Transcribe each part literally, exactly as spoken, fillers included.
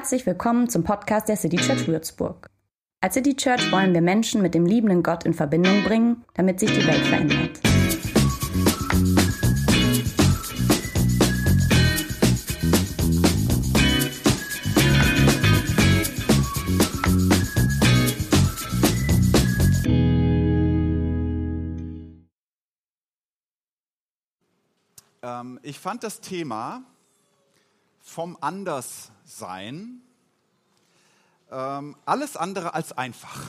Herzlich willkommen zum Podcast der City Church Würzburg. Als City Church wollen wir Menschen mit dem liebenden Gott in Verbindung bringen, damit sich die Welt verändert. Ähm, ich fand das Thema vom Anderssein ähm, alles andere als einfach.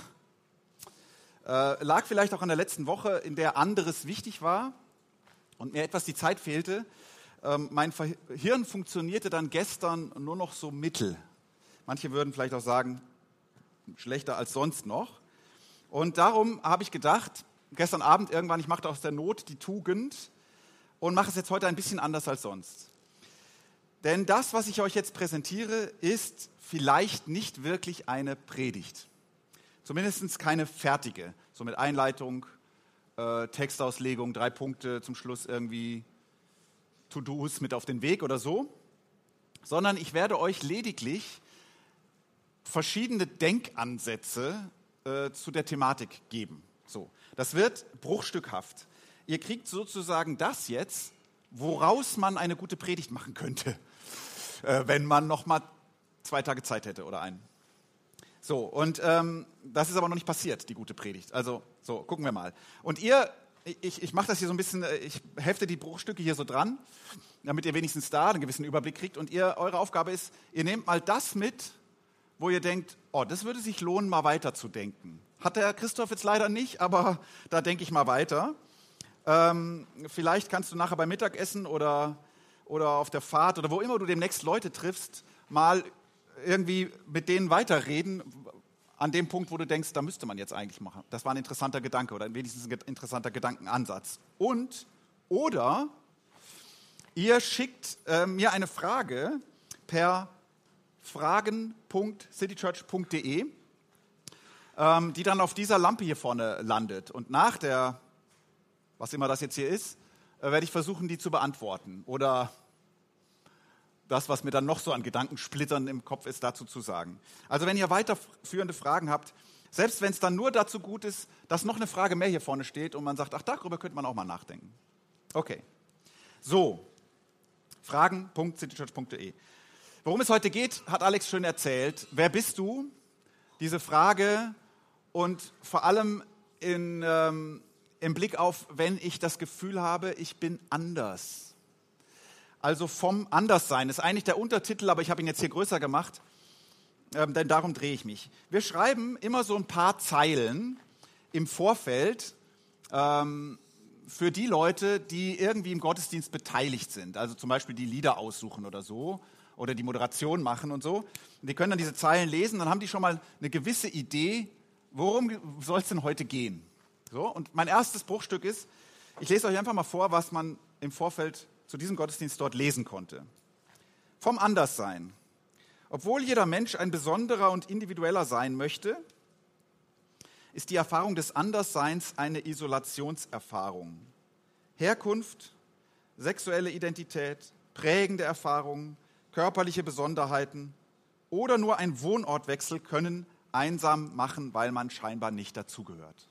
Äh, lag vielleicht auch an der letzten Woche, in der anderes wichtig war und mir etwas die Zeit fehlte. Ähm, mein Hirn funktionierte dann gestern nur noch so mittel. Manche würden vielleicht auch sagen, schlechter als sonst noch. Und darum habe ich gedacht, gestern Abend irgendwann, ich machte aus der Not die Tugend und mache es jetzt heute ein bisschen anders als sonst. Denn das, was ich euch jetzt präsentiere, ist vielleicht nicht wirklich eine Predigt. Zumindest keine fertige, so mit Einleitung, äh, Textauslegung, drei Punkte, zum Schluss irgendwie To-Dos mit auf den Weg oder so. Sondern ich werde euch lediglich verschiedene Denkansätze äh, zu der Thematik geben. So, das wird bruchstückhaft. Ihr kriegt sozusagen das jetzt, woraus man eine gute Predigt machen könnte, äh, wenn man noch mal zwei Tage Zeit hätte oder einen. So, und ähm, das ist aber noch nicht passiert, die gute Predigt. Also, so, gucken wir mal. Und ihr, ich, ich mache das hier so ein bisschen, ich hefte die Bruchstücke hier so dran, damit ihr wenigstens da einen gewissen Überblick kriegt. Und ihr, eure Aufgabe ist, ihr nehmt mal das mit, wo ihr denkt, oh, das würde sich lohnen, mal weiterzudenken. Hat der Christoph jetzt leider nicht, aber da denke ich mal weiter. Ähm, vielleicht kannst du nachher beim Mittagessen oder, oder auf der Fahrt oder wo immer du demnächst Leute triffst, mal irgendwie mit denen weiterreden an dem Punkt, wo du denkst, da müsste man jetzt eigentlich machen. Das war ein interessanter Gedanke oder wenigstens ein interessanter Gedankenansatz. Und, oder ihr schickt äh, mir eine Frage per fragen punkt citychurch punkt de, ähm, die dann auf dieser Lampe hier vorne landet. Und nach der was immer das jetzt hier ist, äh, werde ich versuchen, die zu beantworten. Oder das, was mir dann noch so an Gedankensplittern im Kopf ist, dazu zu sagen. Also wenn ihr weiterführende Fragen habt, selbst wenn es dann nur dazu gut ist, dass noch eine Frage mehr hier vorne steht und man sagt, ach, darüber könnte man auch mal nachdenken. Okay. So, fragen punkt citychurch punkt de. Worum es heute geht, hat Alex schön erzählt. Wer bist du? Diese Frage und vor allem in... Ähm, im Blick auf, wenn ich das Gefühl habe, ich bin anders. Also vom Anderssein ist eigentlich der Untertitel, aber ich habe ihn jetzt hier größer gemacht, ähm, denn darum drehe ich mich. Wir schreiben immer so ein paar Zeilen im Vorfeld ähm, für die Leute, die irgendwie im Gottesdienst beteiligt sind. Also zum Beispiel die Lieder aussuchen oder so oder die Moderation machen und so. Und die können dann diese Zeilen lesen, dann haben die schon mal eine gewisse Idee, worum soll es denn heute gehen. So, und mein erstes Bruchstück ist, ich lese euch einfach mal vor, was man im Vorfeld zu diesem Gottesdienst dort lesen konnte. Vom Anderssein. Obwohl jeder Mensch ein besonderer und individueller sein möchte, ist die Erfahrung des Andersseins eine Isolationserfahrung. Herkunft, sexuelle Identität, prägende Erfahrungen, körperliche Besonderheiten oder nur ein Wohnortwechsel können einsam machen, weil man scheinbar nicht dazugehört.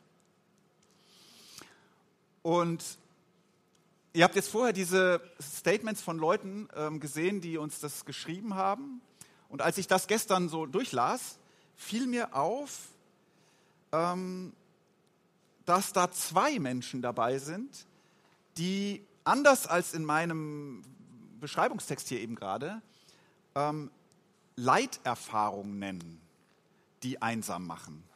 Und ihr habt jetzt vorher diese Statements von Leuten ähm, gesehen, die uns das geschrieben haben. Und als ich das gestern so durchlas, fiel mir auf, ähm, dass da zwei Menschen dabei sind, die anders als in meinem Beschreibungstext hier eben gerade ähm, Leiterfahrungen nennen, die einsam machen.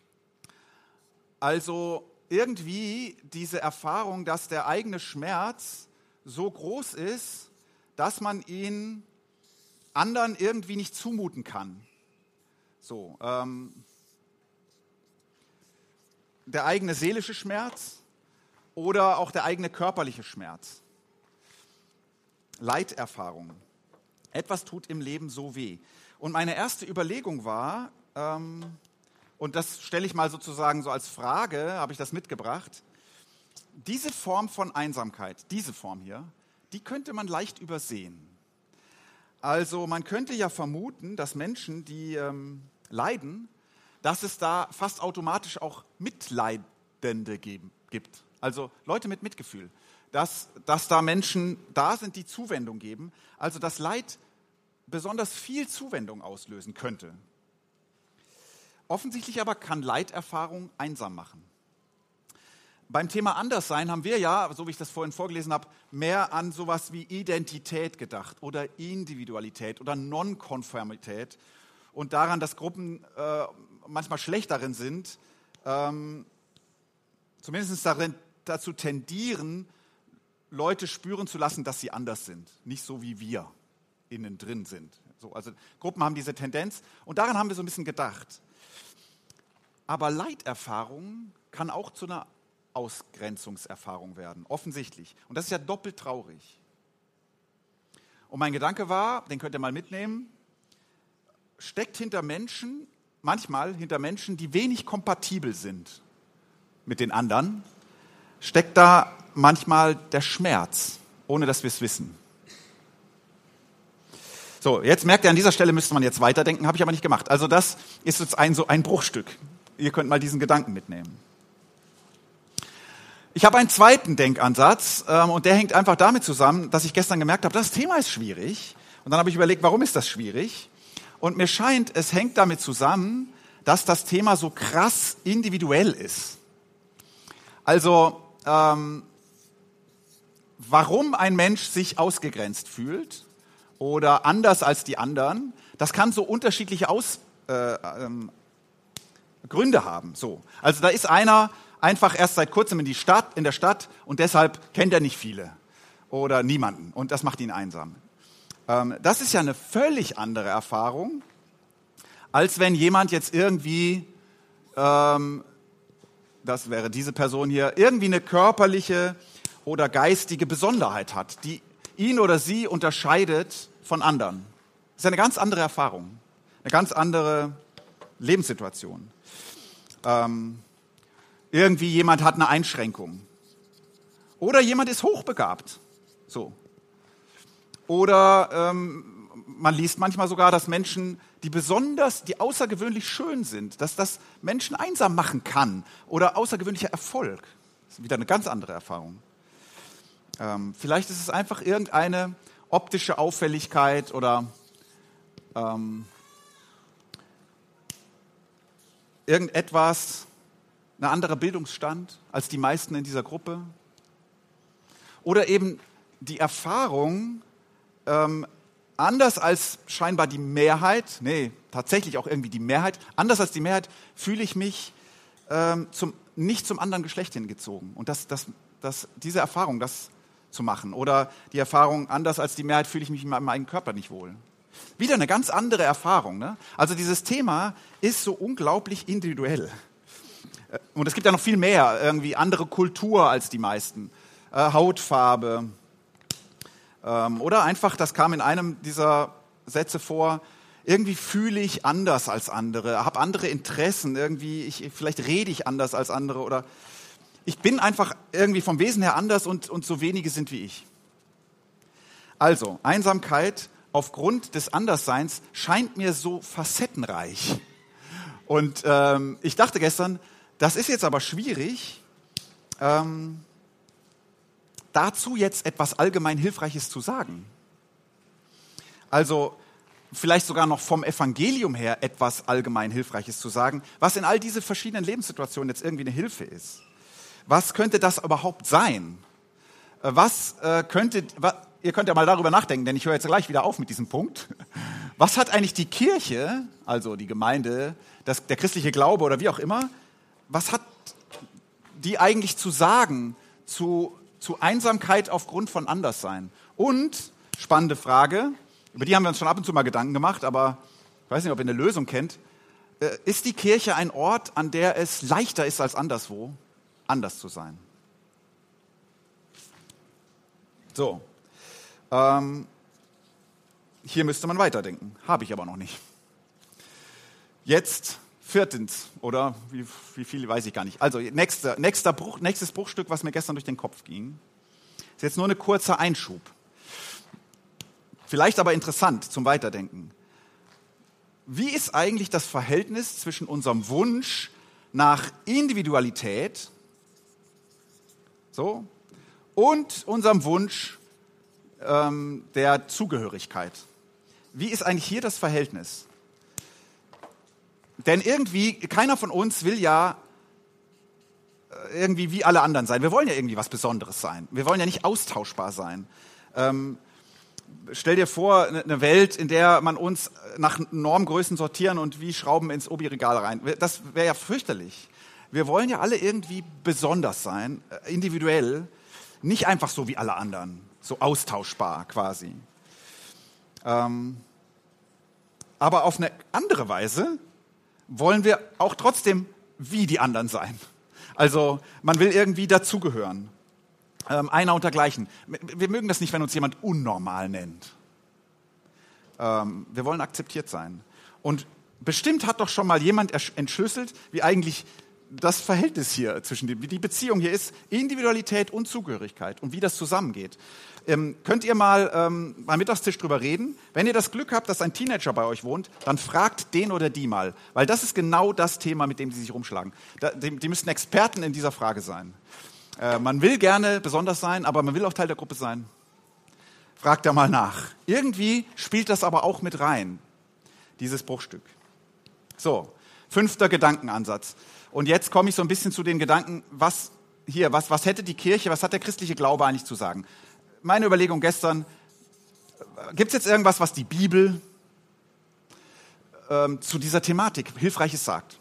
Also irgendwie diese Erfahrung, dass der eigene Schmerz so groß ist, dass man ihn anderen irgendwie nicht zumuten kann. So, ähm, der eigene seelische Schmerz oder auch der eigene körperliche Schmerz. Leiterfahrung. Etwas tut im Leben so weh. Und meine erste Überlegung war, ähm, und das stelle ich mal sozusagen so als Frage, habe ich das mitgebracht. Diese Form von Einsamkeit, diese Form hier, die könnte man leicht übersehen. Also man könnte ja vermuten, dass Menschen, die ähm, leiden, dass es da fast automatisch auch Mitleidende geben, gibt. Also Leute mit Mitgefühl. Dass, dass da Menschen da sind, die Zuwendung geben. Also dass Leid besonders viel Zuwendung auslösen könnte. Offensichtlich aber kann Leiterfahrung einsam machen. Beim Thema Anderssein haben wir ja, so wie ich das vorhin vorgelesen habe, mehr an sowas wie Identität gedacht oder Individualität oder Nonkonformität und daran, dass Gruppen äh, manchmal schlecht darin sind, ähm, zumindest darin, dazu tendieren, Leute spüren zu lassen, dass sie anders sind, nicht so wie wir innen drin sind. So, also Gruppen haben diese Tendenz und daran haben wir so ein bisschen gedacht. Aber Leiterfahrung kann auch zu einer Ausgrenzungserfahrung werden, offensichtlich. Und das ist ja doppelt traurig. Und mein Gedanke war, den könnt ihr mal mitnehmen, steckt hinter Menschen, manchmal hinter Menschen, die wenig kompatibel sind mit den anderen, steckt da manchmal der Schmerz, ohne dass wir es wissen. So, jetzt merkt ihr, an dieser Stelle müsste man jetzt weiterdenken, habe ich aber nicht gemacht. Also das ist jetzt ein, so ein Bruchstück. Ihr könnt mal diesen Gedanken mitnehmen. Ich habe einen zweiten Denkansatz ähm, und der hängt einfach damit zusammen, dass ich gestern gemerkt habe, das Thema ist schwierig. Und dann habe ich überlegt, warum ist das schwierig? Und mir scheint, es hängt damit zusammen, dass das Thema so krass individuell ist. Also, ähm, warum ein Mensch sich ausgegrenzt fühlt oder anders als die anderen, das kann so unterschiedliche Aus, äh, ähm, Gründe haben. So. Also da ist einer einfach erst seit kurzem in, die Stadt, in der Stadt und deshalb kennt er nicht viele oder niemanden und das macht ihn einsam. Ähm, das ist ja eine völlig andere Erfahrung, als wenn jemand jetzt irgendwie, ähm, das wäre diese Person hier, irgendwie eine körperliche oder geistige Besonderheit hat, die ihn oder sie unterscheidet von anderen. Das ist eine ganz andere Erfahrung, eine ganz andere Lebenssituation. Ähm, irgendwie jemand hat eine Einschränkung. Oder jemand ist hochbegabt. So. Oder ähm, man liest manchmal sogar, dass Menschen, die besonders, die außergewöhnlich schön sind, dass das Menschen einsam machen kann. Oder außergewöhnlicher Erfolg. Das ist wieder eine ganz andere Erfahrung. Ähm, vielleicht ist es einfach irgendeine optische Auffälligkeit oder ähm, irgendetwas, ein anderer Bildungsstand als die meisten in dieser Gruppe. Oder eben die Erfahrung, ähm, anders als scheinbar die Mehrheit, nee, tatsächlich auch irgendwie die Mehrheit, anders als die Mehrheit fühle ich mich ähm, zum, nicht zum anderen Geschlecht hingezogen. Und das, das, das, diese Erfahrung, das zu machen. Oder die Erfahrung, anders als die Mehrheit fühle ich mich in meinem eigenen Körper nicht wohl. Wieder eine ganz andere Erfahrung. Ne? Also dieses Thema ist so unglaublich individuell. Und es gibt ja noch viel mehr, irgendwie andere Kultur als die meisten, äh, Hautfarbe ähm, oder einfach, das kam in einem dieser Sätze vor, irgendwie fühle ich anders als andere, habe andere Interessen, irgendwie, ich, vielleicht rede ich anders als andere oder ich bin einfach irgendwie vom Wesen her anders und, und so wenige sind wie ich. Also, Einsamkeit aufgrund des Andersseins scheint mir so facettenreich. Und ähm, ich dachte gestern, das ist jetzt aber schwierig, ähm, dazu jetzt etwas allgemein Hilfreiches zu sagen. Also vielleicht sogar noch vom Evangelium her etwas allgemein Hilfreiches zu sagen, was in all diese verschiedenen Lebenssituationen jetzt irgendwie eine Hilfe ist. Was könnte das überhaupt sein? Was äh, könnte, was, ihr könnt ja mal darüber nachdenken, denn ich höre jetzt gleich wieder auf mit diesem Punkt. Was hat eigentlich die Kirche, also die Gemeinde, das, der christliche Glaube oder wie auch immer, was hat die eigentlich zu sagen zu, zu Einsamkeit aufgrund von Anderssein? Und, spannende Frage, über die haben wir uns schon ab und zu mal Gedanken gemacht, aber ich weiß nicht, ob ihr eine Lösung kennt. Äh, ist die Kirche ein Ort, an der es leichter ist als anderswo, anders zu sein? So, ähm, hier müsste man weiterdenken, habe ich aber noch nicht. Jetzt viertens, oder wie, wie viel weiß ich gar nicht. Also nächster, nächster Bruch, nächstes Bruchstück, was mir gestern durch den Kopf ging, ist jetzt nur ein kurzer Einschub. vielleicht aber interessant zum Weiterdenken. Wie ist eigentlich das Verhältnis zwischen unserem Wunsch nach Individualität so, und unserem Wunsch ähm, der Zugehörigkeit? Wie ist eigentlich hier das Verhältnis? Denn irgendwie, keiner von uns will ja irgendwie wie alle anderen sein. Wir wollen ja irgendwie was Besonderes sein. Wir wollen ja nicht austauschbar sein. Ähm, stell dir vor, eine Welt, in der man uns nach Normgrößen sortieren und wie Schrauben ins Obi-Regal rein. Das wäre ja fürchterlich. Wir wollen ja alle irgendwie besonders sein, individuell, nicht einfach so wie alle anderen, so austauschbar quasi. Ähm, aber auf eine andere Weise wollen wir auch trotzdem wie die anderen sein. Also man will irgendwie dazugehören. Ähm, einer untergleichen. Wir mögen das nicht, wenn uns jemand unnormal nennt. Ähm, wir wollen akzeptiert sein. Und bestimmt hat doch schon mal jemand entschlüsselt, wie eigentlich das Verhältnis hier zwischen dem, wie die Beziehung hier ist, Individualität und Zugehörigkeit und wie das zusammengeht. Ähm, könnt ihr mal ähm, beim Mittagstisch drüber reden? Wenn ihr das Glück habt, dass ein Teenager bei euch wohnt, dann fragt den oder die mal, weil das ist genau das Thema, mit dem sie sich rumschlagen. Da, die, die müssten Experten in dieser Frage sein. Äh, man will gerne besonders sein, aber man will auch Teil der Gruppe sein. Fragt da mal nach. Irgendwie spielt das aber auch mit rein, dieses Bruchstück. So, fünfter Gedankenansatz. Und jetzt komme ich so ein bisschen zu den Gedanken, was hier, was, was hätte die Kirche, was hat der christliche Glaube eigentlich zu sagen? Meine Überlegung gestern, gibt es jetzt irgendwas, was die Bibel ähm, zu dieser Thematik Hilfreiches sagt?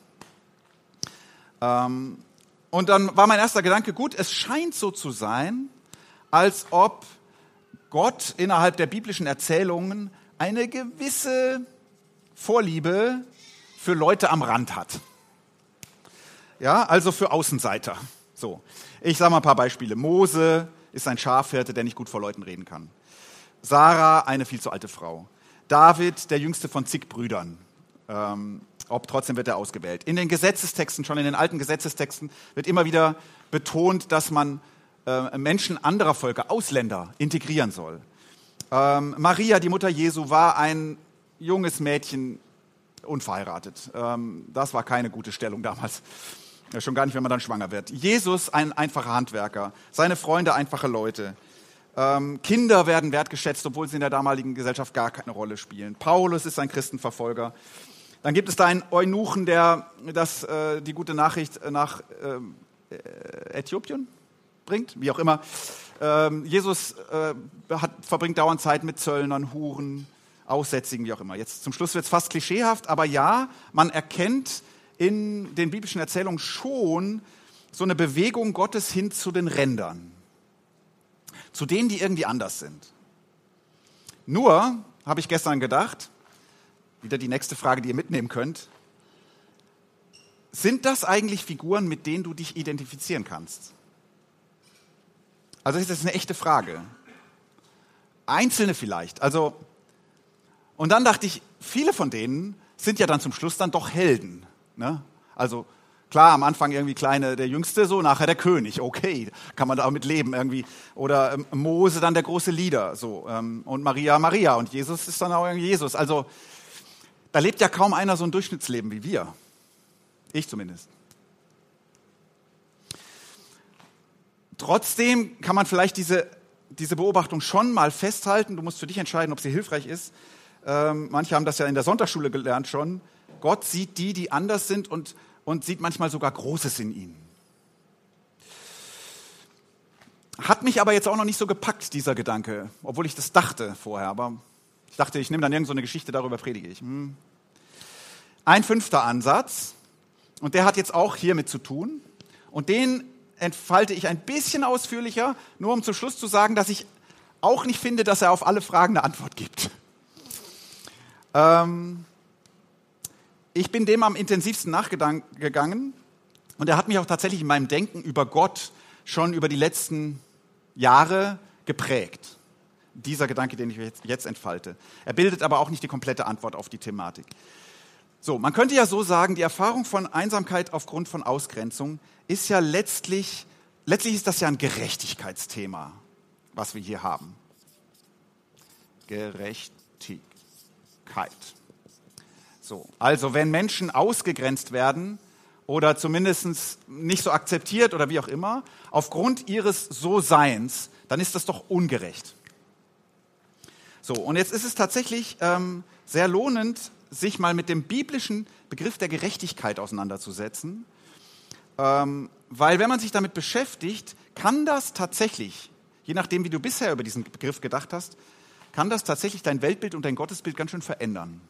Ähm, und dann war mein erster Gedanke, gut, es scheint so zu sein, als ob Gott innerhalb der biblischen Erzählungen eine gewisse Vorliebe für Leute am Rand hat. Ja, also für Außenseiter. So, ich sage mal ein paar Beispiele. Mose ist ein Schafhirte, der nicht gut vor Leuten reden kann. Sarah, eine viel zu alte Frau. David, der jüngste von zig Brüdern. Ähm, ob trotzdem wird er ausgewählt. In den Gesetzestexten, schon in den alten Gesetzestexten, wird immer wieder betont, dass man äh, Menschen anderer Völker, Ausländer, integrieren soll. Ähm, Maria, die Mutter Jesu, war ein junges Mädchen, unverheiratet. Ähm, das war keine gute Stellung damals. Ja, schon gar nicht, wenn man dann schwanger wird. Jesus, ein einfacher Handwerker. Seine Freunde, einfache Leute. Ähm, Kinder werden wertgeschätzt, obwohl sie in der damaligen Gesellschaft gar keine Rolle spielen. Paulus ist ein Christenverfolger. Dann gibt es da einen Eunuchen, der das, äh, die gute Nachricht nach äh, Äthiopien bringt, wie auch immer. Ähm, Jesus äh, hat, verbringt dauernd Zeit mit Zöllnern, Huren, Aussätzigen, wie auch immer. Jetzt zum Schluss wird es fast klischeehaft, aber ja, man erkennt in den biblischen Erzählungen schon so eine Bewegung Gottes hin zu den Rändern. Zu denen, die irgendwie anders sind. Nur, habe ich gestern gedacht, wieder die nächste Frage, die ihr mitnehmen könnt, sind das eigentlich Figuren, mit denen du dich identifizieren kannst? Also das ist eine echte Frage. Einzelne vielleicht. Also, und dann dachte ich, viele von denen sind ja dann zum Schluss dann doch Helden. Ne? Also klar, am Anfang irgendwie kleine, der Jüngste, so nachher der König. Okay, kann man da auch mit leben irgendwie. Oder ähm, Mose dann der große Leader, so ähm, und Maria, Maria und Jesus ist dann auch irgendwie Jesus. Also da lebt ja kaum einer so ein Durchschnittsleben wie wir. Ich zumindest. Trotzdem kann man vielleicht diese, diese Beobachtung schon mal festhalten. Du musst für dich entscheiden, ob sie hilfreich ist. Ähm, manche haben das ja in der Sonntagsschule gelernt schon. Gott sieht die, die anders sind und, und sieht manchmal sogar Großes in ihnen. Hat mich aber jetzt auch noch nicht so gepackt, dieser Gedanke, obwohl ich das dachte vorher. Aber ich dachte, ich nehme dann irgend so eine Geschichte, darüber predige ich. Hm. Ein fünfter Ansatz, und der hat jetzt auch hiermit zu tun. Und den entfalte ich ein bisschen ausführlicher, nur um zum Schluss zu sagen, dass ich auch nicht finde, dass er auf alle Fragen eine Antwort gibt. Ähm, ich bin dem am intensivsten nachgegangen und er hat mich auch tatsächlich in meinem Denken über Gott schon über die letzten Jahre geprägt. Dieser Gedanke, den ich jetzt, jetzt entfalte. Er bildet aber auch nicht die komplette Antwort auf die Thematik. So, man könnte ja so sagen, die Erfahrung von Einsamkeit aufgrund von Ausgrenzung ist ja letztlich, letztlich ist das ja ein Gerechtigkeitsthema, was wir hier haben. Gerechtigkeit. So, also wenn Menschen ausgegrenzt werden oder zumindest nicht so akzeptiert oder wie auch immer, aufgrund ihres So-Seins, dann ist das doch ungerecht. So, und jetzt ist es tatsächlich ähm, sehr lohnend, sich mal mit dem biblischen Begriff der Gerechtigkeit auseinanderzusetzen, ähm, weil wenn man sich damit beschäftigt, kann das tatsächlich, je nachdem wie du bisher über diesen Begriff gedacht hast, kann das tatsächlich dein Weltbild und dein Gottesbild ganz schön verändern.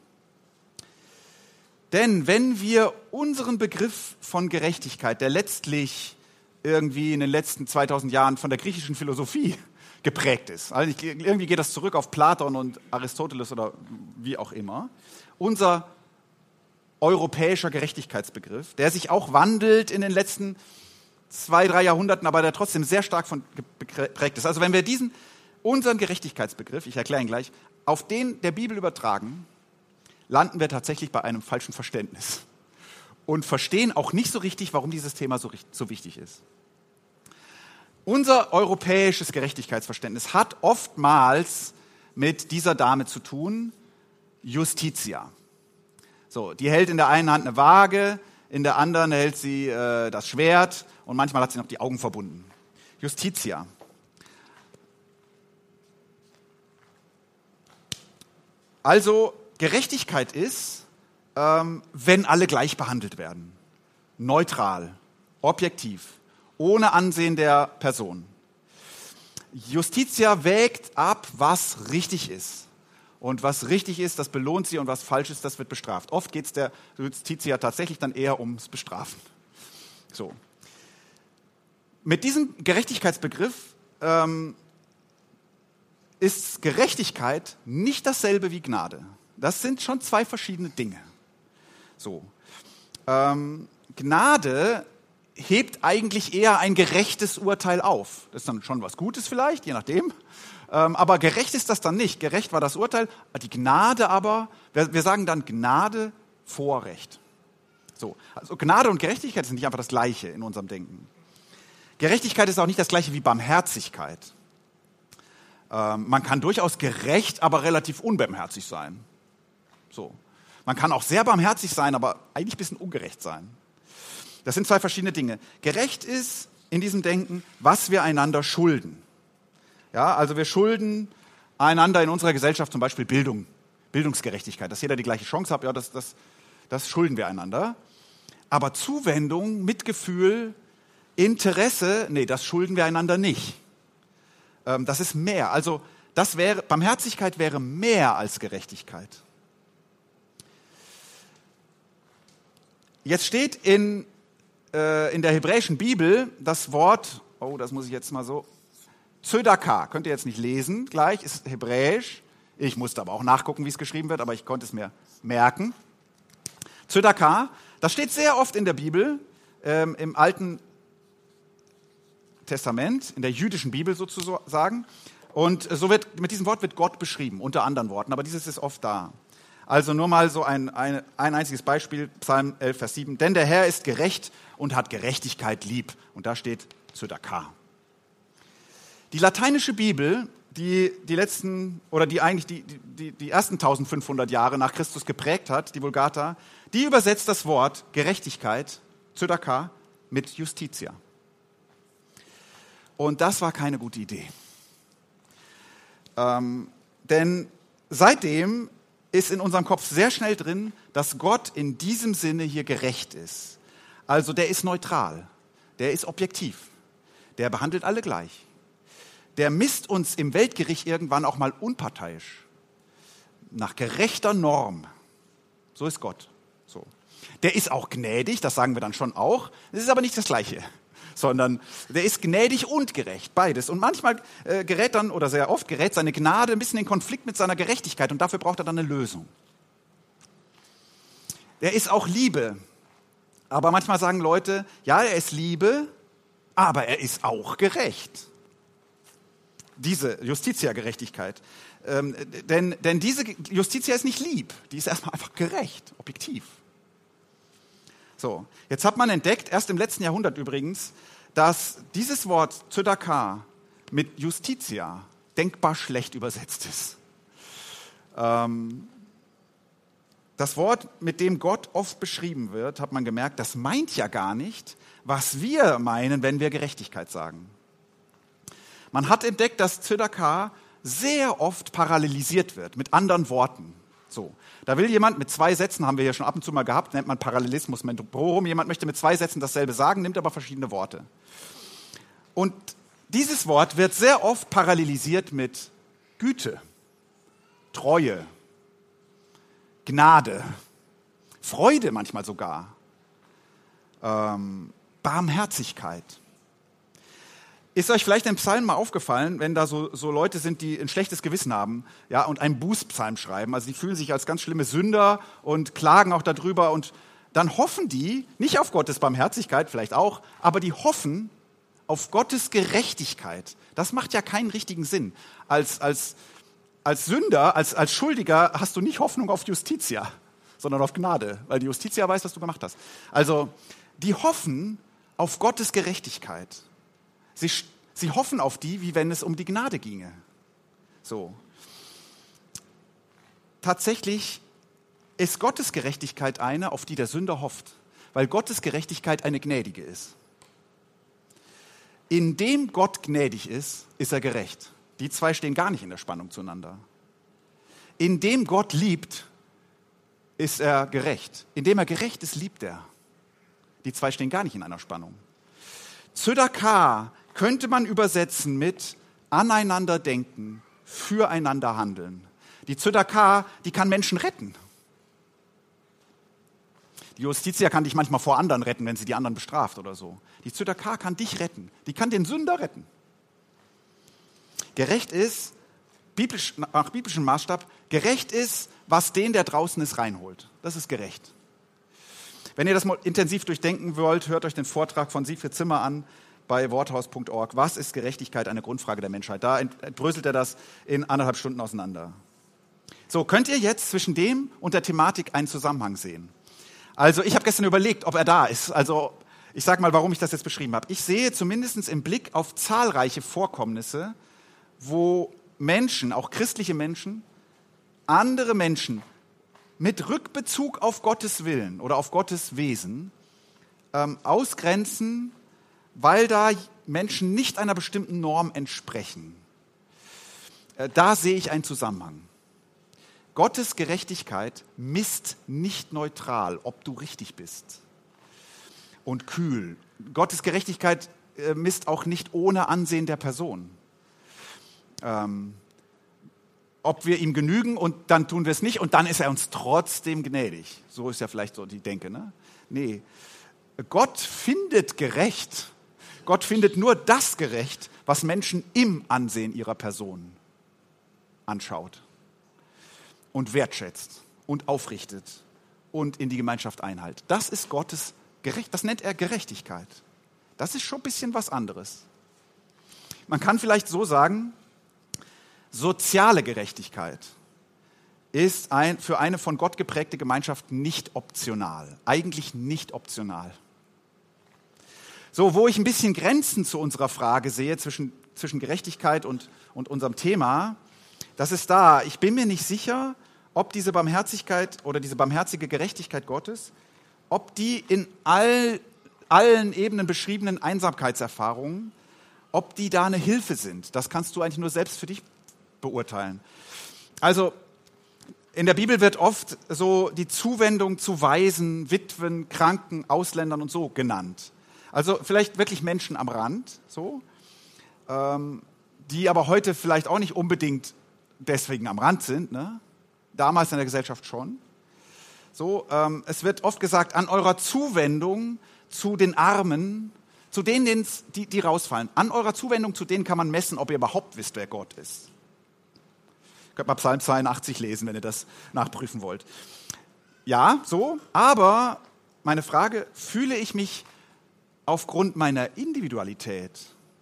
Denn wenn wir unseren Begriff von Gerechtigkeit, der letztlich irgendwie in den letzten zweitausend Jahren von der griechischen Philosophie geprägt ist, also irgendwie geht das zurück auf Platon und Aristoteles oder wie auch immer, unser europäischer Gerechtigkeitsbegriff, der sich auch wandelt in den letzten zwei, drei Jahrhunderten, aber der trotzdem sehr stark von geprägt ist. Also wenn wir diesen, unseren Gerechtigkeitsbegriff, ich erkläre ihn gleich, auf den der Bibel übertragen, landen wir tatsächlich bei einem falschen Verständnis und verstehen auch nicht so richtig, warum dieses Thema so, so wichtig ist. Unser europäisches Gerechtigkeitsverständnis hat oftmals mit dieser Dame zu tun, Justitia. So, die hält in der einen Hand eine Waage, in der anderen hält sie äh, das Schwert und manchmal hat sie noch die Augen verbunden. Justitia. Also Gerechtigkeit ist, ähm, wenn alle gleich behandelt werden. Neutral, objektiv, ohne Ansehen der Person. Justitia wägt ab, was richtig ist. Und was richtig ist, das belohnt sie und was falsch ist, das wird bestraft. Oft geht es der Justitia tatsächlich dann eher ums Bestrafen. So. Mit diesem Gerechtigkeitsbegriff ähm, ist Gerechtigkeit nicht dasselbe wie Gnade. Das sind schon zwei verschiedene Dinge. So. Ähm, Gnade hebt eigentlich eher ein gerechtes Urteil auf. Das ist dann schon was Gutes vielleicht, je nachdem. Ähm, aber gerecht ist das dann nicht. Gerecht war das Urteil. Die Gnade aber, wir, wir sagen dann Gnade vor Recht. So. Also Gnade und Gerechtigkeit sind nicht einfach das Gleiche in unserem Denken. Gerechtigkeit ist auch nicht das Gleiche wie Barmherzigkeit. Ähm, man kann durchaus gerecht, aber relativ unbarmherzig sein. So. Man kann auch sehr barmherzig sein, aber eigentlich ein bisschen ungerecht sein. Das sind zwei verschiedene Dinge. Gerecht ist in diesem Denken, was wir einander schulden. Ja, also wir schulden einander in unserer Gesellschaft zum Beispiel Bildung, Bildungsgerechtigkeit, dass jeder die gleiche Chance hat, ja, das, das, das schulden wir einander. Aber Zuwendung, Mitgefühl, Interesse, nee, das schulden wir einander nicht. Ähm, das ist mehr. Also das wäre, Barmherzigkeit wäre mehr als Gerechtigkeit. Jetzt steht in, äh, in der hebräischen Bibel das Wort, oh, das muss ich jetzt mal so, Zödaka, könnt ihr jetzt nicht lesen, gleich, ist hebräisch. Ich musste aber auch nachgucken, wie es geschrieben wird, aber ich konnte es mir merken. Zödaka, das steht sehr oft in der Bibel, ähm, im Alten Testament, in der jüdischen Bibel sozusagen. Und so wird, mit diesem Wort wird Gott beschrieben, unter anderen Worten, aber dieses ist oft da. Also nur mal so ein, ein, ein einziges Beispiel, Psalm elf, Vers sieben. Denn der Herr ist gerecht und hat Gerechtigkeit lieb. Und da steht Zödaka. Die lateinische Bibel, die die letzten, oder die eigentlich die, die, die ersten eintausendfünfhundert Jahre nach Christus geprägt hat, die Vulgata, die übersetzt das Wort Gerechtigkeit, Zödaka, mit Justitia. Und das war keine gute Idee. Ähm, denn seitdem ist in unserem Kopf sehr schnell drin, dass Gott in diesem Sinne hier gerecht ist. Also der ist neutral, der ist objektiv, der behandelt alle gleich. Der misst uns im Weltgericht irgendwann auch mal unparteiisch, nach gerechter Norm. So ist Gott. So. Der ist auch gnädig, das sagen wir dann schon auch, das ist aber nicht das Gleiche. Sondern der ist gnädig und gerecht, beides. Und manchmal äh, gerät dann, oder sehr oft gerät seine Gnade ein bisschen in Konflikt mit seiner Gerechtigkeit und dafür braucht er dann eine Lösung. Er ist auch Liebe. Aber manchmal sagen Leute, ja, er ist Liebe, aber er ist auch gerecht. Diese Justitia-Gerechtigkeit. Ähm, denn, denn diese Justitia ist nicht lieb, die ist erstmal einfach gerecht, objektiv. So, jetzt hat man entdeckt, erst im letzten Jahrhundert übrigens, dass dieses Wort Zödaka mit Justitia denkbar schlecht übersetzt ist. Ähm, das Wort, mit dem Gott oft beschrieben wird, hat man gemerkt, das meint ja gar nicht, was wir meinen, wenn wir Gerechtigkeit sagen. Man hat entdeckt, dass Tzedaká sehr oft parallelisiert wird mit anderen Worten. So, da will jemand mit zwei Sätzen, haben wir ja schon ab und zu mal gehabt, nennt man Parallelismus Mentorum. Jemand möchte mit zwei Sätzen dasselbe sagen, nimmt aber verschiedene Worte. Und dieses Wort wird sehr oft parallelisiert mit Güte, Treue, Gnade, Freude manchmal sogar, ähm, Barmherzigkeit. Ist euch vielleicht im Psalm mal aufgefallen, wenn da so, so Leute sind, die ein schlechtes Gewissen haben, ja, und einen Bußpsalm schreiben, also die fühlen sich als ganz schlimme Sünder und klagen auch darüber und dann hoffen die nicht auf Gottes Barmherzigkeit, vielleicht auch, aber die hoffen auf Gottes Gerechtigkeit. Das macht ja keinen richtigen Sinn. Als, als, als Sünder, als, als Schuldiger hast du nicht Hoffnung auf Justitia, sondern auf Gnade, weil die Justitia weiß, was du gemacht hast. Also die hoffen auf Gottes Gerechtigkeit. Sie, sie hoffen auf die, wie wenn es um die Gnade ginge. So. Tatsächlich ist Gottes Gerechtigkeit eine, auf die der Sünder hofft, weil Gottes Gerechtigkeit eine gnädige ist. Indem Gott gnädig ist, ist er gerecht. Die zwei stehen gar nicht in der Spannung zueinander. Indem Gott liebt, ist er gerecht. Indem er gerecht ist, liebt er. Die zwei stehen gar nicht in einer Spannung. Tzedaká könnte man übersetzen mit aneinander denken, füreinander handeln. Die Tzedaká, die kann Menschen retten. Die Justitia kann dich manchmal vor anderen retten, wenn sie die anderen bestraft oder so. Die Tzedaká kann dich retten. Die kann den Sünder retten. Gerecht ist, biblisch, nach biblischem Maßstab, gerecht ist, was den, der draußen ist, reinholt. Das ist gerecht. Wenn ihr das mal intensiv durchdenken wollt, hört euch den Vortrag von Siegfried Zimmer an bei worthaus punkt org. Was ist Gerechtigkeit? Eine Grundfrage der Menschheit. Da entbröselt er das in anderthalb Stunden auseinander. So, könnt ihr jetzt zwischen dem und der Thematik einen Zusammenhang sehen? Also ich habe gestern überlegt, ob er da ist. Also ich sage mal, warum ich das jetzt beschrieben habe. Ich sehe zumindest im Blick auf zahlreiche Vorkommnisse, wo Menschen, auch christliche Menschen, andere Menschen mit Rückbezug auf Gottes Willen oder auf Gottes Wesen ähm, ausgrenzen, weil da Menschen nicht einer bestimmten Norm entsprechen. Äh, da sehe ich einen Zusammenhang. Gottes Gerechtigkeit misst nicht neutral, ob du richtig bist und kühl. Gottes Gerechtigkeit äh, misst auch nicht ohne Ansehen der Person. Ähm, ob wir ihm genügen und dann tun wir es nicht und dann ist er uns trotzdem gnädig. So ist ja vielleicht so die Denke, ne? Nee, Gott findet gerecht. Gott findet nur das gerecht, was Menschen im Ansehen ihrer Person anschaut und wertschätzt und aufrichtet und in die Gemeinschaft einhält. Das ist Gottes Gerecht, das nennt er Gerechtigkeit. Das ist schon ein bisschen was anderes. Man kann vielleicht so sagen, soziale Gerechtigkeit ist ein, für eine von Gott geprägte Gemeinschaft nicht optional. Eigentlich nicht optional. So, wo ich ein bisschen Grenzen zu unserer Frage sehe zwischen, zwischen Gerechtigkeit und, und unserem Thema, das ist da. Ich bin mir nicht sicher, ob diese Barmherzigkeit oder diese barmherzige Gerechtigkeit Gottes, ob die in all, allen Ebenen beschriebenen Einsamkeitserfahrungen, ob die da eine Hilfe sind. Das kannst du eigentlich nur selbst für dich beurteilen. Also in der Bibel wird oft so die Zuwendung zu Waisen, Witwen, Kranken, Ausländern und so genannt. Also vielleicht wirklich Menschen am Rand, so, ähm, die aber heute vielleicht auch nicht unbedingt deswegen am Rand sind, ne? Damals in der Gesellschaft schon. So, ähm, es wird oft gesagt, an eurer Zuwendung zu den Armen, zu denen, die, die rausfallen, an eurer Zuwendung zu denen kann man messen, ob ihr überhaupt wisst, wer Gott ist. Könnt mal Psalm zweiundachtzig lesen, wenn ihr das nachprüfen wollt. Ja, so, aber meine Frage, fühle ich mich aufgrund meiner Individualität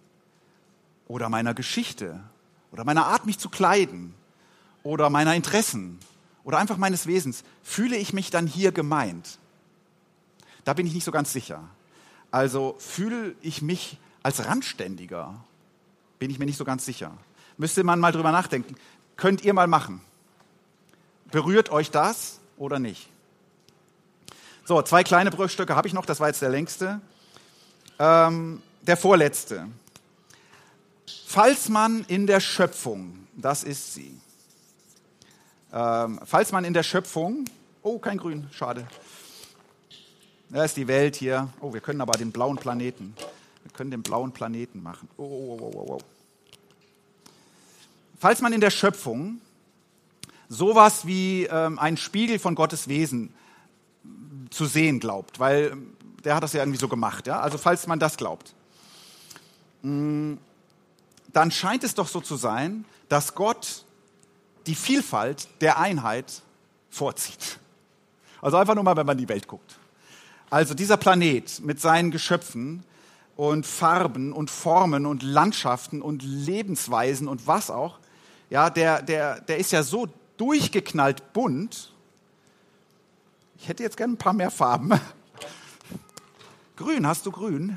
oder meiner Geschichte oder meiner Art, mich zu kleiden oder meiner Interessen oder einfach meines Wesens, fühle ich mich dann hier gemeint? Da bin ich nicht so ganz sicher. Also fühle ich mich als Randständiger? Bin ich mir nicht so ganz sicher. Müsste man mal drüber nachdenken. Könnt ihr mal machen. Berührt euch das oder nicht? So, zwei kleine Bruchstücke habe ich noch, das war jetzt der längste. Ähm, der vorletzte. Falls man in der Schöpfung, das ist sie, ähm, falls man in der Schöpfung, oh, kein Grün, schade. Da ist die Welt hier. Oh, wir können aber den blauen Planeten, wir können den blauen Planeten machen. Oh, oh, oh, oh, oh. Falls man in der Schöpfung sowas wie ähm, einen Spiegel von Gottes Wesen zu sehen glaubt, weil der hat das ja irgendwie so gemacht, ja? Also falls man das glaubt, mh, dann scheint es doch so zu sein, dass Gott die Vielfalt der Einheit vorzieht. Also einfach nur mal, wenn man in die Welt guckt. Also dieser Planet mit seinen Geschöpfen und Farben und Formen und Landschaften und Lebensweisen und was auch, ja, der, der, der ist ja so durchgeknallt bunt. Ich hätte jetzt gerne ein paar mehr Farben. Grün, hast du grün?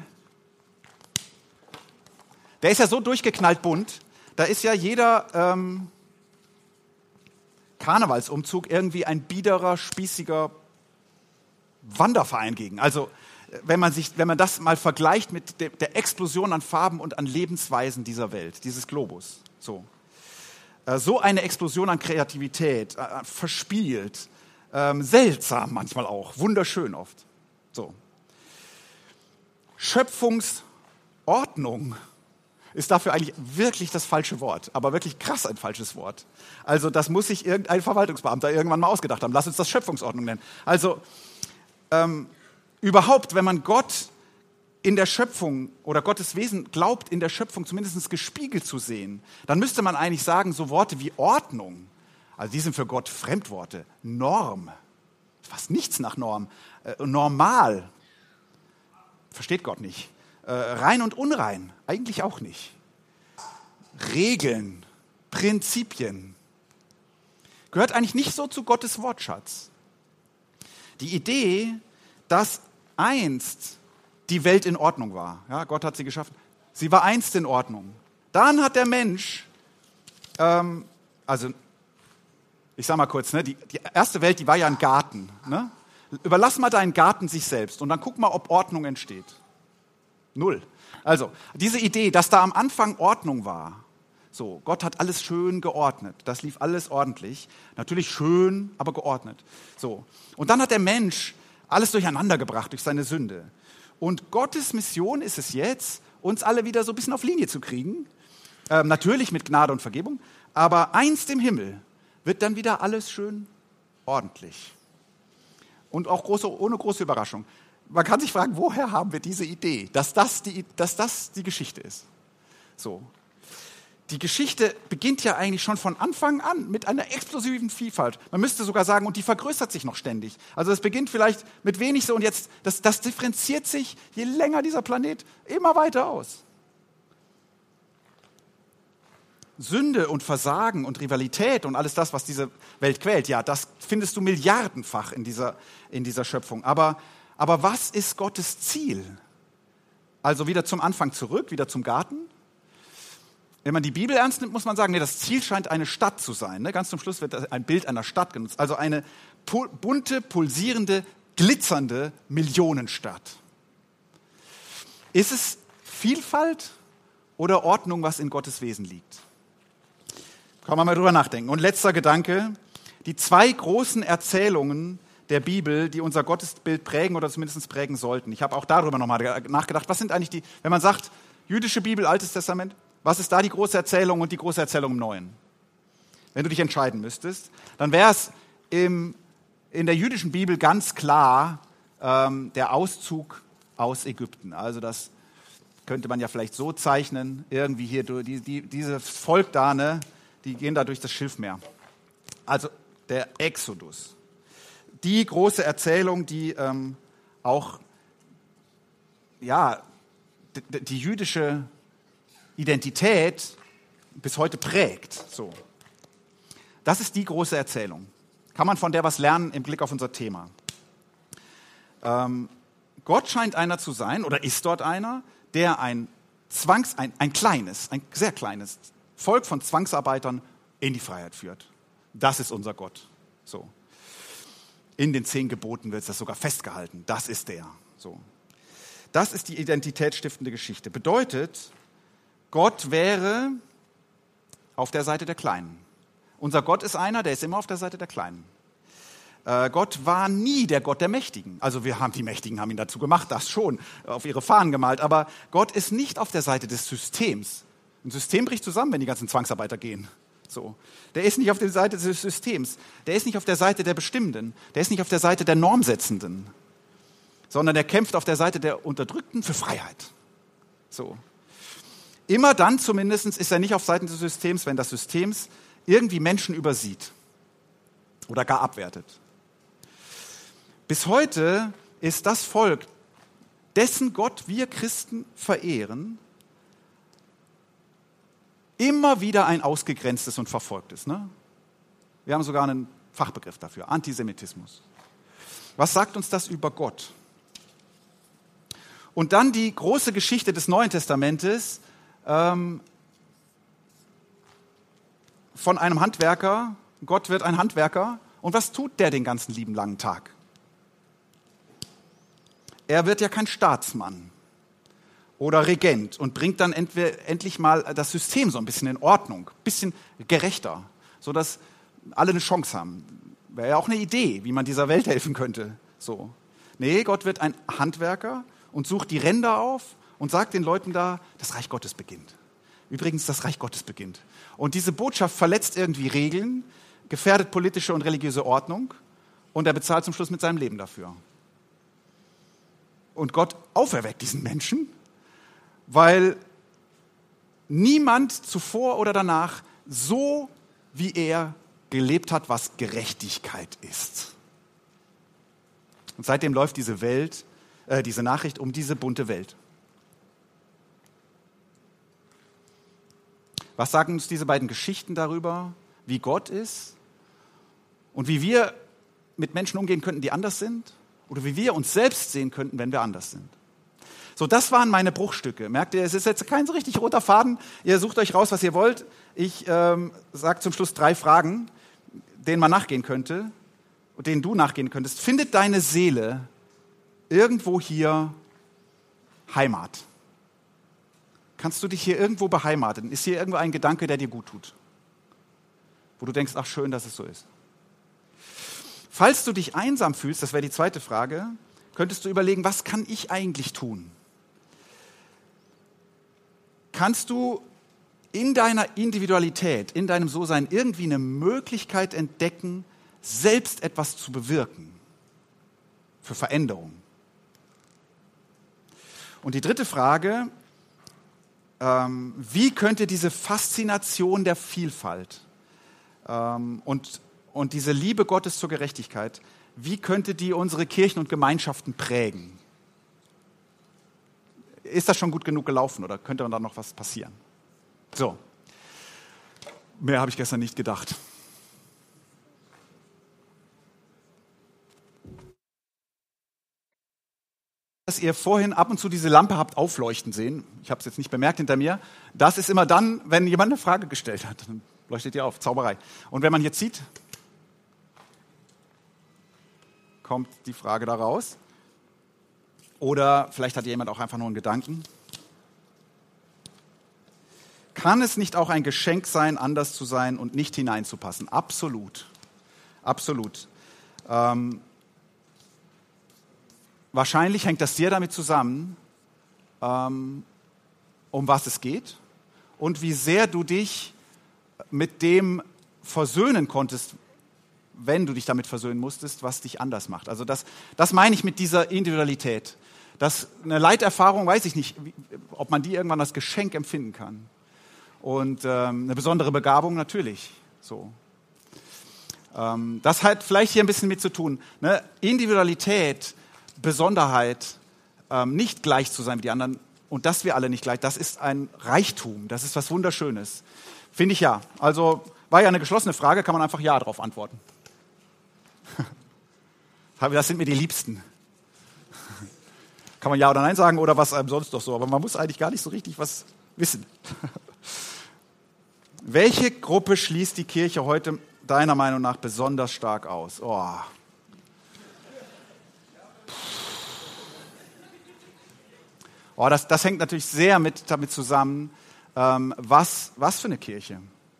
Der ist ja so durchgeknallt bunt, da ist ja jeder ähm, Karnevalsumzug irgendwie ein biederer, spießiger Wanderverein gegen. Also wenn man, sich, wenn man das mal vergleicht mit de, der Explosion an Farben und an Lebensweisen dieser Welt, dieses Globus. So, äh, so eine Explosion an Kreativität, äh, verspielt, ähm, seltsam manchmal auch, wunderschön oft. So. Schöpfungsordnung ist dafür eigentlich wirklich das falsche Wort, aber wirklich krass ein falsches Wort. Also das muss sich irgendein Verwaltungsbeamter irgendwann mal ausgedacht haben. Lass uns das Schöpfungsordnung nennen. Also ähm, überhaupt, wenn man Gott in der Schöpfung oder Gottes Wesen glaubt, in der Schöpfung zumindest gespiegelt zu sehen, dann müsste man eigentlich sagen, so Worte wie Ordnung, also die sind für Gott Fremdworte, Norm, fast nichts nach Norm, äh, normal, versteht Gott nicht. Äh, rein und unrein, eigentlich auch nicht. Regeln, Prinzipien, gehört eigentlich nicht so zu Gottes Wortschatz. Die Idee, dass einst die Welt in Ordnung war, ja, Gott hat sie geschaffen, sie war einst in Ordnung. Dann hat der Mensch, ähm, also ich sag mal kurz, ne, die, die erste Welt, die war ja ein Garten. Ne? Überlass mal deinen Garten sich selbst und dann guck mal, ob Ordnung entsteht. Null. Also, diese Idee, dass da am Anfang Ordnung war, so, Gott hat alles schön geordnet, das lief alles ordentlich, natürlich schön, aber geordnet. So. Und dann hat der Mensch alles durcheinander gebracht durch seine Sünde. Und Gottes Mission ist es jetzt, uns alle wieder so ein bisschen auf Linie zu kriegen, ähm, natürlich mit Gnade und Vergebung, aber einst im Himmel wird dann wieder alles schön ordentlich. Und auch große, ohne große Überraschung. Man kann sich fragen, woher haben wir diese Idee, dass das die, dass das die Geschichte ist? So. Die Geschichte beginnt ja eigentlich schon von Anfang an mit einer explosiven Vielfalt. Man müsste sogar sagen, und die vergrößert sich noch ständig. Also es beginnt vielleicht mit wenig so und jetzt, das, das differenziert sich, je länger dieser Planet, immer weiter aus. Sünde und Versagen und Rivalität und alles das, was diese Welt quält, ja, das findest du milliardenfach in dieser, in dieser Schöpfung. Aber Aber was ist Gottes Ziel? Also wieder zum Anfang zurück, wieder zum Garten. Wenn man die Bibel ernst nimmt, muss man sagen, nee, das Ziel scheint eine Stadt zu sein. Ne? Ganz zum Schluss wird ein Bild einer Stadt genutzt. Also eine pu- bunte, pulsierende, glitzernde Millionenstadt. Ist es Vielfalt oder Ordnung, was in Gottes Wesen liegt? Kann man mal drüber nachdenken. Und letzter Gedanke, die zwei großen Erzählungen der Bibel, die unser Gottesbild prägen oder zumindest prägen sollten. Ich habe auch darüber nochmal nachgedacht, was sind eigentlich die, wenn man sagt, jüdische Bibel, Altes Testament, was ist da die große Erzählung und die große Erzählung im Neuen? Wenn du dich entscheiden müsstest, dann wäre es in der jüdischen Bibel ganz klar ähm, der Auszug aus Ägypten. Also das könnte man ja vielleicht so zeichnen, irgendwie hier, die, die, dieses Volk da, ne, die gehen da durch das Schilfmeer. Also der Exodus. Die große Erzählung, die ähm, auch ja, die, die jüdische Identität bis heute prägt. So. Das ist die große Erzählung. Kann man von der was lernen im Blick auf unser Thema? Ähm, Gott scheint einer zu sein, oder ist dort einer, der ein Zwangs, ein, ein kleines, ein sehr kleines Volk von Zwangsarbeitern in die Freiheit führt. Das ist unser Gott. So. In den zehn Geboten wird das sogar festgehalten. Das ist der. So. Das ist die identitätsstiftende Geschichte. Bedeutet, Gott wäre auf der Seite der Kleinen. Unser Gott ist einer, der ist immer auf der Seite der Kleinen. Äh, Gott war nie der Gott der Mächtigen. Also wir haben, die Mächtigen haben ihn dazu gemacht, das schon, auf ihre Fahnen gemalt. Aber Gott ist nicht auf der Seite des Systems. Ein System bricht zusammen, wenn die ganzen Zwangsarbeiter gehen. So. Der ist nicht auf der Seite des Systems. Der ist nicht auf der Seite der Bestimmenden. Der ist nicht auf der Seite der Normsetzenden. Sondern der kämpft auf der Seite der Unterdrückten für Freiheit. So. Immer dann zumindest ist er nicht auf Seiten des Systems, wenn das System irgendwie Menschen übersieht oder gar abwertet. Bis heute ist das Volk, dessen Gott wir Christen verehren, immer wieder ein ausgegrenztes und verfolgtes. Ne? Wir haben sogar einen Fachbegriff dafür, Antisemitismus. Was sagt uns das über Gott? Und dann die große Geschichte des Neuen Testamentes ähm, von einem Handwerker. Gott wird ein Handwerker. Und was tut der den ganzen lieben langen Tag? Er wird ja kein Staatsmann oder Regent und bringt dann entweder, endlich mal das System so ein bisschen in Ordnung, ein bisschen gerechter, sodass alle eine Chance haben. Wäre ja auch eine Idee, wie man dieser Welt helfen könnte. So. Nee, Gott wird ein Handwerker und sucht die Ränder auf und sagt den Leuten da, das Reich Gottes beginnt. Übrigens, das Reich Gottes beginnt. Und diese Botschaft verletzt irgendwie Regeln, gefährdet politische und religiöse Ordnung und er bezahlt zum Schluss mit seinem Leben dafür. Und Gott auferweckt diesen Menschen, weil niemand zuvor oder danach so wie er gelebt hat, was Gerechtigkeit ist. Und seitdem läuft diese Welt, äh, diese Nachricht um diese bunte Welt. Was sagen uns diese beiden Geschichten darüber, wie Gott ist und wie wir mit Menschen umgehen könnten, die anders sind? Oder wie wir uns selbst sehen könnten, wenn wir anders sind. So, das waren meine Bruchstücke. Merkt ihr, es ist jetzt kein so richtig roter Faden. Ihr sucht euch raus, was ihr wollt. Ich ähm, sage zum Schluss drei Fragen, denen man nachgehen könnte und denen du nachgehen könntest. Findet deine Seele irgendwo hier Heimat? Kannst du dich hier irgendwo beheimaten? Ist hier irgendwo ein Gedanke, der dir gut tut? Wo du denkst, ach schön, dass es so ist. Falls du dich einsam fühlst, das wäre die zweite Frage, könntest du überlegen, was kann ich eigentlich tun? Kannst du in deiner Individualität, in deinem So-Sein irgendwie eine Möglichkeit entdecken, selbst etwas zu bewirken für Veränderung? Und die dritte Frage, ähm, wie könnte diese Faszination der Vielfalt ähm, und Und diese Liebe Gottes zur Gerechtigkeit, wie könnte die unsere Kirchen und Gemeinschaften prägen? Ist das schon gut genug gelaufen oder könnte da noch was passieren? So, mehr habe ich gestern nicht gedacht. Dass ihr vorhin ab und zu diese Lampe habt aufleuchten sehen, ich habe es jetzt nicht bemerkt hinter mir, das ist immer dann, wenn jemand eine Frage gestellt hat. Dann leuchtet ihr auf, Zauberei. Und wenn man jetzt sieht, kommt die Frage da raus. Oder vielleicht hat jemand auch einfach nur einen Gedanken. Kann es nicht auch ein Geschenk sein, anders zu sein und nicht hineinzupassen? Absolut. Absolut. Ähm, wahrscheinlich hängt das sehr damit zusammen, ähm, um was es geht und wie sehr du dich mit dem versöhnen konntest, wenn du dich damit versöhnen musstest, was dich anders macht. Also das, das meine ich mit dieser Individualität. Das, eine Leiterfahrung, weiß ich nicht, wie, ob man die irgendwann als Geschenk empfinden kann. Und ähm, eine besondere Begabung natürlich. So. Ähm, das hat vielleicht hier ein bisschen mit zu tun. Ne? Individualität, Besonderheit, ähm, nicht gleich zu sein wie die anderen und dass wir alle nicht gleich, das ist ein Reichtum, das ist was Wunderschönes. Finde ich ja. Also war ja eine geschlossene Frage, kann man einfach Ja darauf antworten. Das sind mir die Liebsten. Kann man Ja oder Nein sagen oder was einem sonst doch so, aber man muss eigentlich gar nicht so richtig was wissen. Welche Gruppe schließt die Kirche heute deiner Meinung nach besonders stark aus? Oh. Oh, das, das hängt natürlich sehr mit, damit zusammen, ähm, was, was für eine Kirche.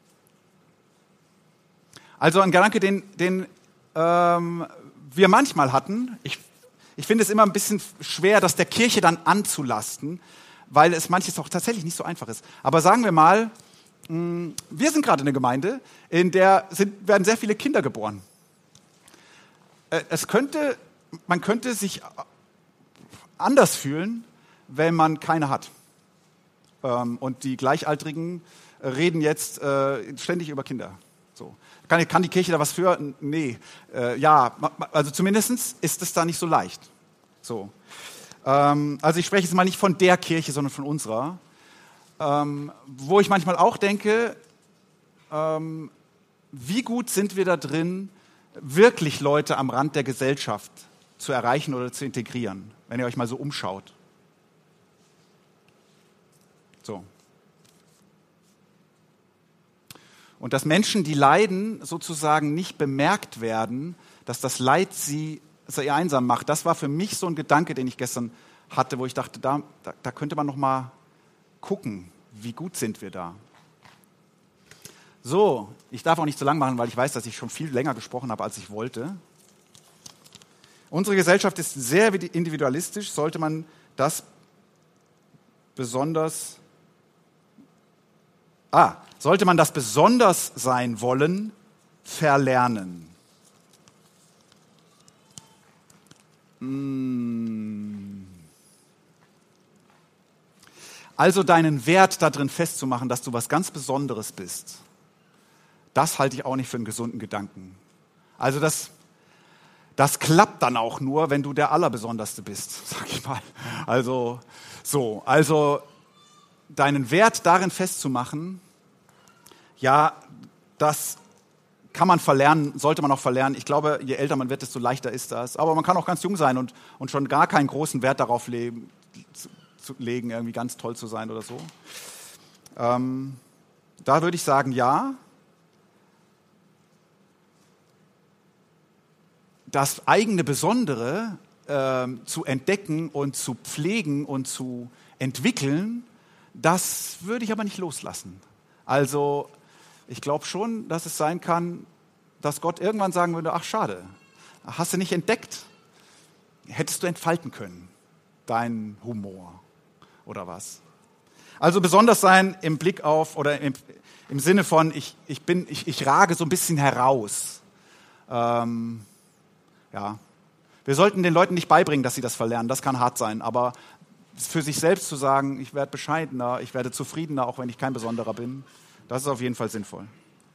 Also ein Gedanke, den, den ähm, wir manchmal hatten, ich, ich finde es immer ein bisschen schwer, das der Kirche dann anzulasten, weil es manches auch tatsächlich nicht so einfach ist. Aber sagen wir mal, mh, wir sind gerade eine Gemeinde, in der sind, werden sehr viele Kinder geboren. Äh, es könnte, man könnte sich anders fühlen, wenn man keine hat. Ähm, und die Gleichaltrigen reden jetzt äh, ständig über Kinder. So. Kann, kann die Kirche da was für? Nee. Äh, ja, also zumindest ist es da nicht so leicht. So. Ähm, also ich spreche jetzt mal nicht von der Kirche, sondern von unserer. Ähm, wo ich manchmal auch denke, ähm, wie gut sind wir da drin, wirklich Leute am Rand der Gesellschaft zu erreichen oder zu integrieren, wenn ihr euch mal so umschaut. So. Und dass Menschen, die leiden, sozusagen nicht bemerkt werden, dass das Leid sie sehr einsam macht. Das war für mich so ein Gedanke, den ich gestern hatte, wo ich dachte, da, da, da könnte man noch mal gucken, wie gut sind wir da. So, ich darf auch nicht zu lang machen, weil ich weiß, dass ich schon viel länger gesprochen habe, als ich wollte. Unsere Gesellschaft ist sehr individualistisch. Sollte man das besonders Ah, sollte man das besonders sein wollen, verlernen. Also deinen Wert darin festzumachen, dass du was ganz Besonderes bist, das halte ich auch nicht für einen gesunden Gedanken. Also das, das klappt dann auch nur, wenn du der Allerbesonderste bist, sag ich mal. Also so, also deinen Wert darin festzumachen, ja, das kann man verlernen, sollte man auch verlernen. Ich glaube, je älter man wird, desto leichter ist das. Aber man kann auch ganz jung sein und, und schon gar keinen großen Wert darauf legen, zu, zu legen, irgendwie ganz toll zu sein oder so. Ähm, da würde ich sagen, ja. Das eigene Besondere äh, zu entdecken und zu pflegen und zu entwickeln, das würde ich aber nicht loslassen. Also ich glaube schon, dass es sein kann, dass Gott irgendwann sagen würde, ach schade, hast du nicht entdeckt, hättest du entfalten können, deinen Humor oder was. Also besonders sein im Blick auf oder im, im Sinne von, ich, ich, bin, ich, ich rage so ein bisschen heraus. Ähm, ja. Wir sollten den Leuten nicht beibringen, dass sie das verlernen, das kann hart sein, aber für sich selbst zu sagen, ich werde bescheidener, ich werde zufriedener, auch wenn ich kein Besonderer bin, das ist auf jeden Fall sinnvoll.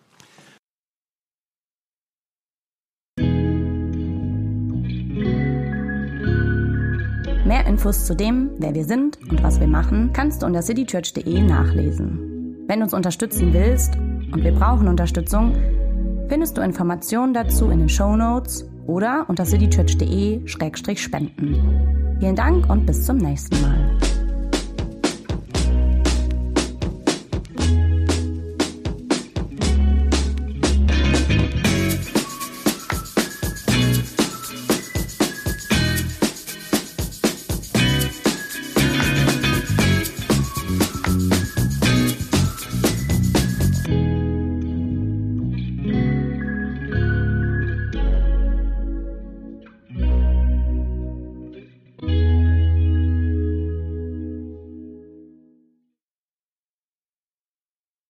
Mehr Infos zu dem, wer wir sind und was wir machen, kannst du unter citychurch punkt de nachlesen. Wenn du uns unterstützen willst, und wir brauchen Unterstützung, findest du Informationen dazu in den Shownotes oder unter citychurch punkt de Schrägstrich spenden. Vielen Dank und bis zum nächsten Mal.